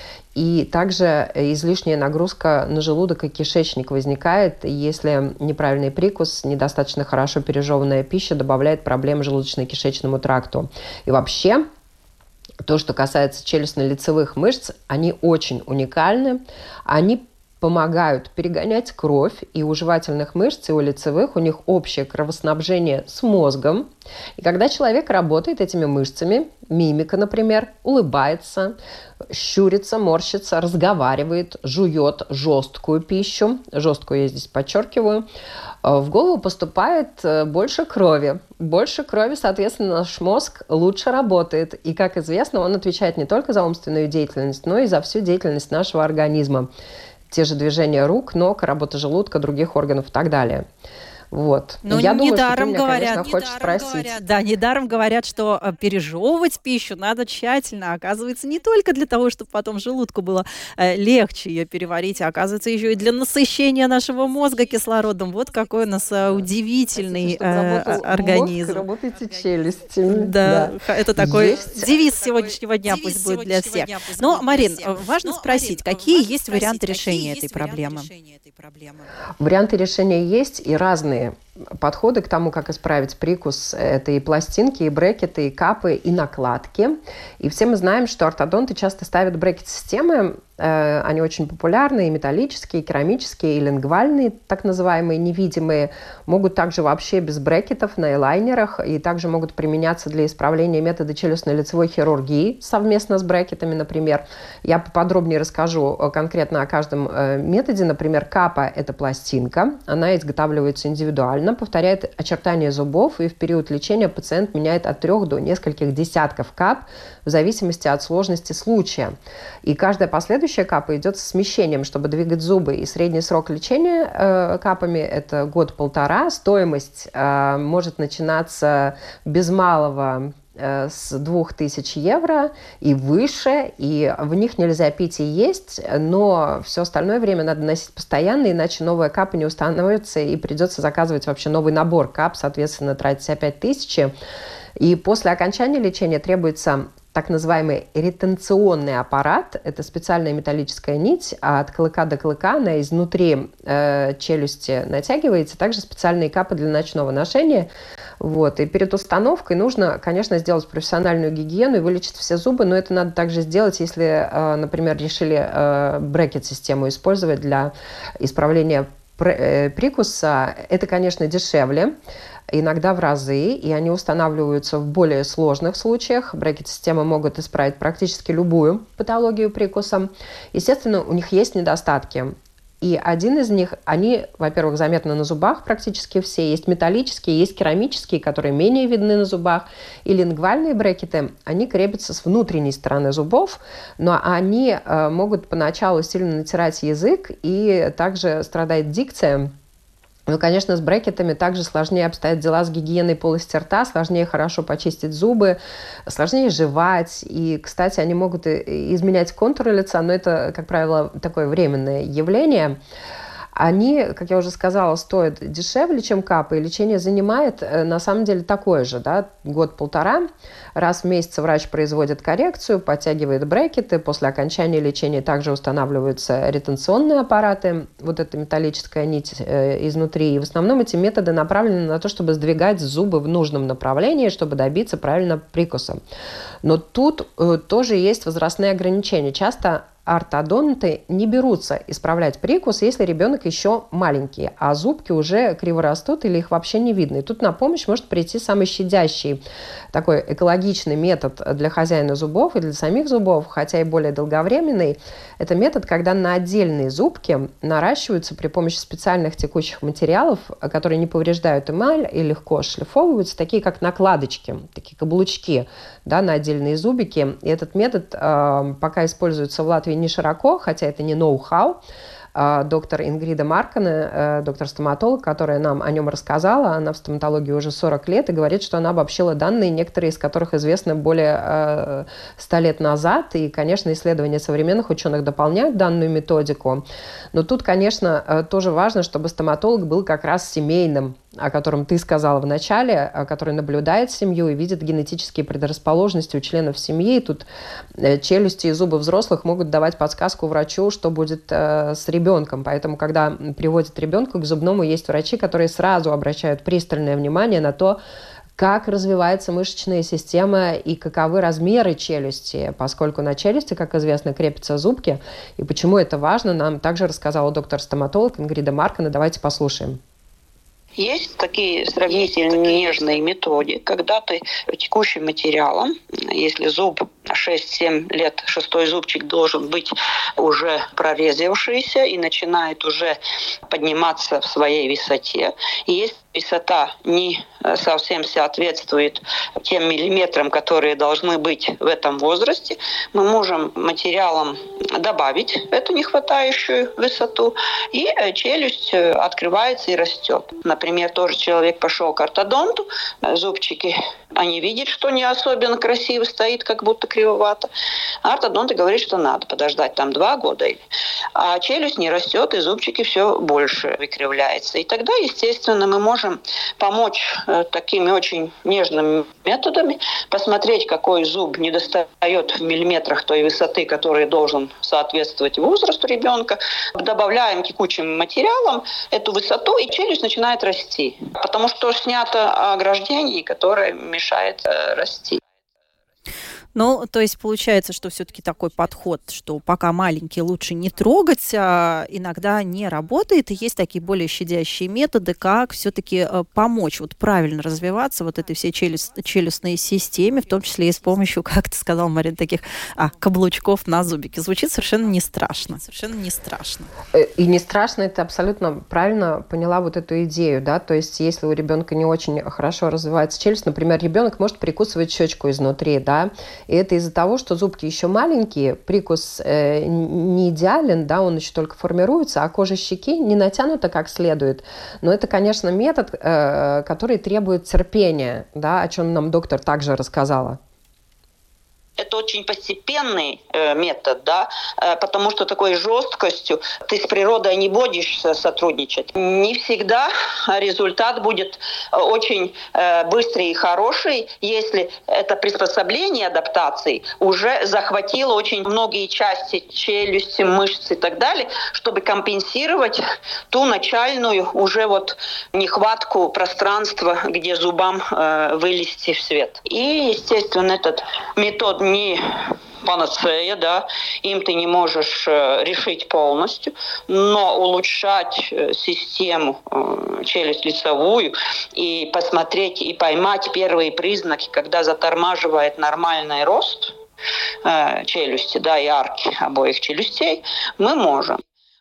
и также излишняя нагрузка на желудок и кишечник возникает, если неправильный прикус, недостаточно хорошо пережеванная пища добавляет проблем желудочно-кишечному тракту. И вообще, то, что касается челюстно-лицевых мышц, они очень уникальны. Они помогают перегонять кровь, и у жевательных мышц, и у лицевых у них общее кровоснабжение с мозгом. И когда человек работает этими мышцами, мимика, например, улыбается, щурится, морщится, разговаривает, жует жесткую пищу, жесткую я здесь подчеркиваю, в голову поступает больше крови. Больше крови, соответственно, наш мозг лучше работает. И, как известно, он отвечает не только за умственную деятельность, но и за всю деятельность нашего организма. Те же движения рук, ног, работа желудка, других органов и так далее. Вот. Но я думаю, недаром что ты меня, говорят, конечно, хочешь спросить. Говорят, да, недаром говорят, что пережевывать пищу надо тщательно. Оказывается, не только для того, чтобы потом желудку было э, легче ее переварить, а оказывается, еще и для насыщения нашего мозга кислородом. Вот какой у нас э, удивительный э, организм. Мозг, работайте челюстями. Да, да, это такой есть. девиз сегодняшнего дня, девиз пусть будет для всех. Но, Марин, важно Но, спросить, Марин, какие важно есть спросить, варианты решения этой проблемы? Варианты решения есть и разные. Подходы к тому, как исправить прикус, это и пластинки, и брекеты, и капы, и накладки. И все мы знаем, что ортодонты часто ставят брекет-системы. Они очень популярны, и металлические, и керамические, и лингвальные, так называемые невидимые. Могут также вообще без брекетов на элайнерах, и также могут применяться для исправления метода челюстно-лицевой хирургии совместно с брекетами, например. Я поподробнее расскажу конкретно о каждом методе. Например, капа – это пластинка. Она изготавливается индивидуально, повторяет очертания зубов, и в период лечения пациент меняет от трех до нескольких десятков кап в зависимости от сложности случая. И каждая последующая капа идет с смещением, чтобы двигать зубы. И средний срок лечения э, капами – это год-полтора. Стоимость э, может начинаться без малого э, с двух тысяч евро и выше. И в них нельзя пить и есть, но все остальное время надо носить постоянно, иначе новая капа не установится, и придется заказывать вообще новый набор кап, соответственно, тратить опять тысячи. И после окончания лечения требуется так называемый ретенционный аппарат. Это специальная металлическая нить, а от клыка до клыка она изнутри э, челюсти натягивается. Также специальные капы для ночного ношения. Вот. И перед установкой нужно, конечно, сделать профессиональную гигиену и вылечить все зубы, но это надо также сделать, если, э, например, решили э, брекет-систему использовать для исправления прикуса, это, конечно, дешевле, иногда в разы, и они устанавливаются в более сложных случаях. Брекет-системы могут исправить практически любую патологию прикуса. Естественно, у них есть недостатки. И один из них, они, во-первых, заметны на зубах практически все. Есть металлические, есть керамические, которые менее видны на зубах. И лингвальные брекеты, они крепятся с внутренней стороны зубов, но они э, могут поначалу сильно натирать язык, и также страдает дикция. Ну, конечно, с брекетами также сложнее обстоят дела с гигиеной полости рта, сложнее хорошо почистить зубы, сложнее жевать. И, кстати, они могут изменять контуры лица, но это, как правило, такое временное явление. Они, как я уже сказала, стоят дешевле, чем капы, и лечение занимает на самом деле такое же, да, год-полтора. Раз в месяц врач производит коррекцию, подтягивает брекеты, после окончания лечения также устанавливаются ретенционные аппараты, вот эта металлическая нить э, изнутри. И в основном эти методы направлены на то, чтобы сдвигать зубы в нужном направлении, чтобы добиться правильного прикуса. Но тут э, тоже есть возрастные ограничения. Часто ортодонты не берутся исправлять прикус, если ребенок еще маленький, а зубки уже криво растут или их вообще не видно. И тут на помощь может прийти самый щадящий, такой экологичный метод для хозяина зубов и для самих зубов, хотя и более долговременный. Это метод, когда на отдельные зубки наращиваются при помощи специальных текучих материалов, которые не повреждают эмаль и легко шлифовываются, такие как накладочки, такие каблучки, да, на отдельные зубики. И этот метод э, пока используется в Латвии не широко, хотя это не ноу-хау. Доктор Ингрида Марккане, доктор-стоматолог, которая нам о нем рассказала, она в стоматологии уже сорок лет и говорит, что она обобщила данные, некоторые из которых известны более ста лет назад. И, конечно, исследования современных ученых дополняют данную методику. Но тут, конечно, тоже важно, чтобы стоматолог был как раз семейным, о котором ты сказала в начале, который наблюдает семью и видит генетические предрасположенности у членов семьи. И тут челюсти и зубы взрослых могут давать подсказку врачу, что будет с ребенком. Поэтому, когда приводят ребенка к зубному, есть врачи, которые сразу обращают пристальное внимание на то, как развивается мышечная система и каковы размеры челюсти, поскольку на челюсти, как известно, крепятся зубки. И почему это важно, нам также рассказала доктор-стоматолог Ингрида Марккане. Давайте послушаем. Есть такие сравнительно нежные методы, когда ты текущим материалом, если зуб шесть-семь лет, шестой зубчик должен быть уже прорезавшийся и начинает уже подниматься в своей высоте. И если высота не совсем соответствует тем миллиметрам, которые должны быть в этом возрасте, мы можем материалом добавить эту нехватающую высоту, и челюсть открывается и растет. Например, тоже человек пошел к ортодонту, зубчики, они видят, что не особенно красиво стоит, как будто кривовато. А ортодонт говорит, что надо подождать там два года. А челюсть не растет, и зубчики все больше выкривляются. И тогда, естественно, мы можем помочь э, такими очень нежными методами, посмотреть, какой зуб не достает в миллиметрах той высоты, которая должен соответствовать возрасту ребенка. Добавляем текучим материалом эту высоту, и челюсть начинает расти. Потому что снято ограждение, которое мешает э, расти. Ну, то есть получается, что все-таки такой подход, что пока маленький, лучше не трогать, а иногда не работает. И есть такие более щадящие методы, как все-таки помочь вот правильно развиваться вот этой всей челюст, челюстной системе, в том числе и с помощью, как ты сказала, Марина, таких а, каблучков на зубике. Звучит совершенно не страшно. Совершенно не страшно. И не страшно, это абсолютно правильно поняла вот эту идею, да, то есть если у ребенка не очень хорошо развивается челюсть, например, ребенок может прикусывать щечку изнутри, да, и это из-за того, что зубки еще маленькие, прикус э, не идеален, да, он еще только формируется, а кожа щеки не натянута как следует. Но это, конечно, метод, э, который требует терпения, да, о чем нам доктор также рассказала. Это очень постепенный э, метод, да, э, потому что такой жесткостью ты с природой не будешь сотрудничать. Не всегда результат будет очень э, быстрый и хороший, если это приспособление адаптации уже захватило очень многие части челюсти, мышцы и так далее, чтобы компенсировать ту начальную уже вот нехватку пространства, где зубам э, вылезти в свет. И, естественно, этот метод не панацея, да, им ты не можешь решить полностью, но улучшать систему челюсть-лицевую и посмотреть и поймать первые признаки, когда затормаживает нормальный рост челюсти, да, и арки обоих челюстей, мы можем.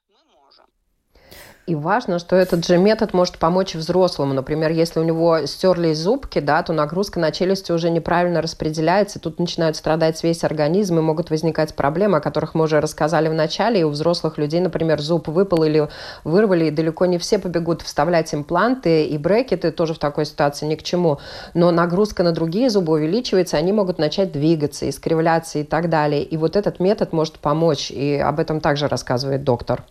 И важно, что этот же метод может помочь взрослому. Например, если у него стерлись зубки, да, то нагрузка на челюсти уже неправильно распределяется, тут начинает страдать весь организм, и могут возникать проблемы, о которых мы уже рассказали в начале. И у взрослых людей, например, зуб выпал или вырвали, и далеко не все побегут вставлять импланты, и брекеты тоже в такой ситуации ни к чему. Но нагрузка на другие зубы увеличивается, они могут начать двигаться, искривляться и так далее. И вот этот метод может помочь, и об этом также рассказывает доктор.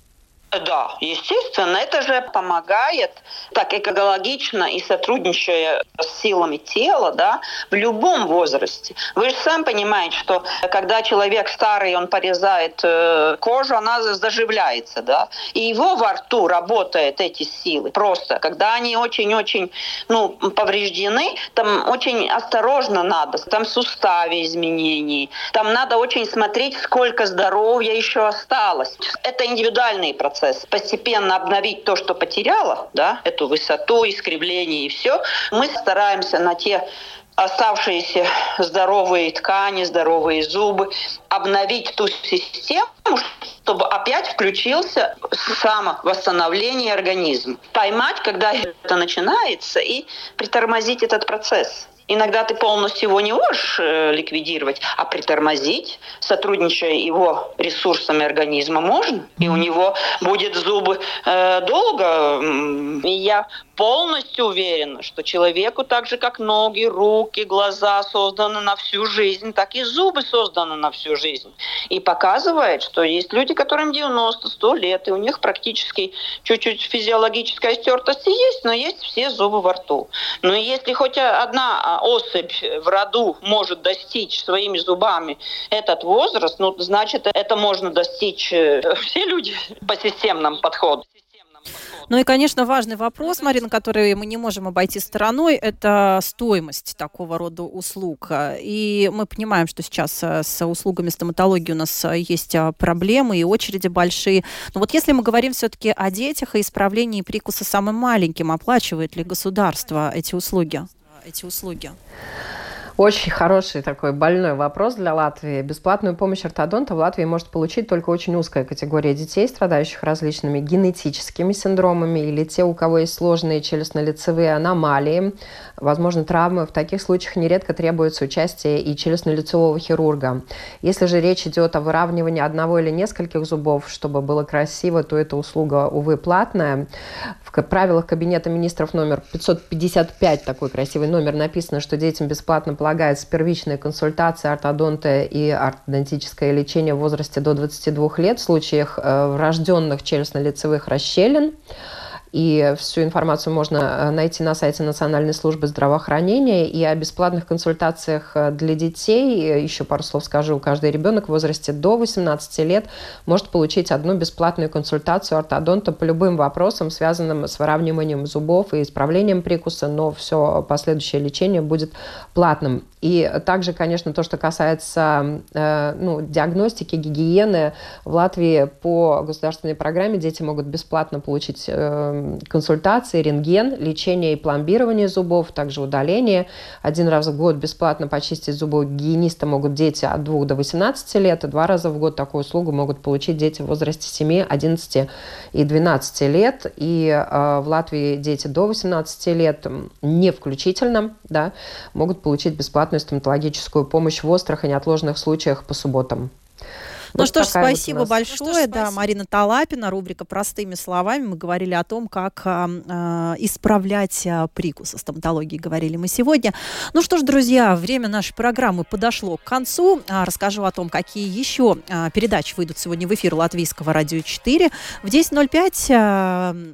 Да, естественно, это же помогает так экологично и сотрудничая с силами тела, да, в любом возрасте. Вы же сами понимаете, что когда человек старый, он порезает э, кожу, она заживляется, да, и его во рту работают эти силы. Просто, когда они очень-очень, ну, повреждены, там очень осторожно надо, там в суставе изменений, там надо очень смотреть, сколько здоровья еще осталось. Это индивидуальный процесс. Постепенно обновить то, что потеряла, да, эту высоту, искривление и все. Мы стараемся на те оставшиеся здоровые ткани, здоровые зубы, обновить ту систему, чтобы опять включился самовосстановление организма. Поймать, когда это начинается, и притормозить этот процесс. Иногда ты полностью его не можешь э, ликвидировать, а притормозить, сотрудничая его ресурсами организма, можно. И у него будет зубы э, долго. И я полностью уверена, что человеку так же, как ноги, руки, глаза созданы на всю жизнь, так и зубы созданы на всю жизнь. И показывает, что есть люди, которым девяносто-сто лет, и у них практически чуть-чуть физиологическая стертость есть, но есть все зубы во рту. Но если хоть одна особь в роду может достичь своими зубами этот возраст, ну, значит, это можно достичь все люди по системному подходу. Ну и, конечно, важный вопрос, Марина, который мы не можем обойти стороной, это стоимость такого рода услуг. И мы понимаем, что сейчас с услугами стоматологии у нас есть проблемы и очереди большие. Но вот если мы говорим все-таки о детях и исправлении прикуса самым маленьким, оплачивает ли государство эти услуги? Эти услуги? Очень хороший такой больной вопрос для Латвии. Бесплатную помощь ортодонта в Латвии может получить только очень узкая категория детей, страдающих различными генетическими синдромами, или те, у кого есть сложные челюстно-лицевые аномалии, возможно, травмы. В таких случаях нередко требуется участие и челюстно-лицевого хирурга. Если же речь идет о выравнивании одного или нескольких зубов, чтобы было красиво, то эта услуга, увы, платная. В правилах Кабинета министров номер пятьсот пятьдесят пять, такой красивый номер, написано, что детям бесплатно полагается первичная консультация ортодонта и ортодонтическое лечение в возрасте до двадцати двух лет в случаях э, врожденных челюстно-лицевых расщелин. И всю информацию можно найти на сайте Национальной службы здравоохранения. И о бесплатных консультациях для детей, еще пару слов скажу, каждый ребенок в возрасте до восемнадцати лет может получить одну бесплатную консультацию ортодонта по любым вопросам, связанным с выравниванием зубов и исправлением прикуса, но все последующее лечение будет платным. И также, конечно, то, что касается э, ну, диагностики, гигиены, в Латвии по государственной программе дети могут бесплатно получить э, консультации, рентген, лечение и пломбирование зубов, также удаление. Один раз в год бесплатно почистить зубы у гигиениста могут дети от двух до восемнадцати лет, и два раза в год такую услугу могут получить дети в возрасте семи, одиннадцати и двенадцати лет. И э, в Латвии дети до восемнадцати лет, не включительно, да, могут получить бесплатную стоматологическую помощь в острых и неотложных случаях по субботам. Ну вот что ж, спасибо вот большое. Ну, что ж, да, спасибо. Марина Талапина, рубрика «Простыми словами». Мы говорили о том, как э, исправлять э, прикус. О стоматологии говорили мы сегодня. Ну что ж, друзья, время нашей программы подошло к концу. А, расскажу о том, какие еще э, передачи выйдут сегодня в эфир Латвийского радио четыре. В десять ноль пять... Э,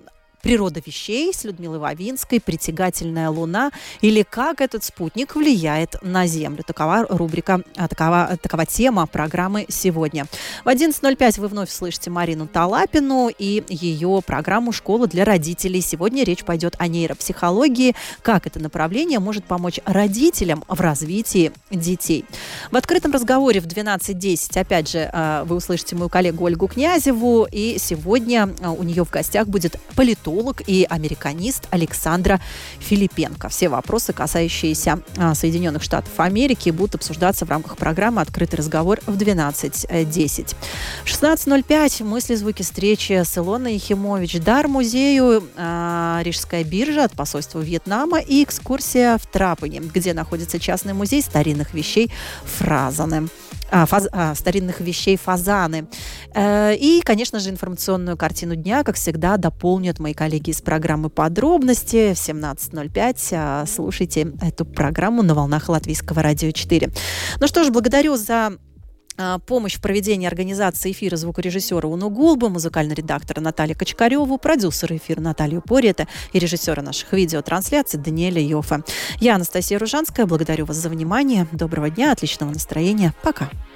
природа вещей с Людмилой Вавинской, притягательная Луна или как этот спутник влияет на Землю. Такова рубрика, такова, такова тема программы сегодня. В одиннадцать ноль пять вы вновь слышите Марину Талапину и ее программу «Школа для родителей». Сегодня речь пойдет о нейропсихологии, как это направление может помочь родителям в развитии детей. В открытом разговоре в двенадцать десять, опять же, вы услышите мою коллегу Ольгу Князеву, и сегодня у нее в гостях будет политолог и американист Александра Филипенко. Все вопросы, касающиеся Соединенных Штатов Америки, будут обсуждаться в рамках программы «Открытый разговор» в двенадцать десять. В шестнадцать ноль пять мысли, звуки встречи с Илоной Ехимович. Дар музею э, Рижская биржа от посольства Вьетнама и экскурсия в Трапани, где находится частный музей старинных вещей Фразаны. А, фаз, а, старинных вещей Фазаны. Э, и, конечно же, информационную картину дня, как всегда, дополнят мои коллеги из программы «Подробности». В семнадцать ноль пять а, слушайте эту программу на волнах Латвийского радио четыре. Ну что ж, благодарю за помощь в проведении организации эфира звукорежиссера Уну Гулбу, музыкальный редактор Наталья Кочкареву, продюсер эфира Наталью Порета и режиссера наших видеотрансляций Даниэля Йоффе. Я Анастасия Ружанская. Благодарю вас за внимание. Доброго дня, отличного настроения. Пока.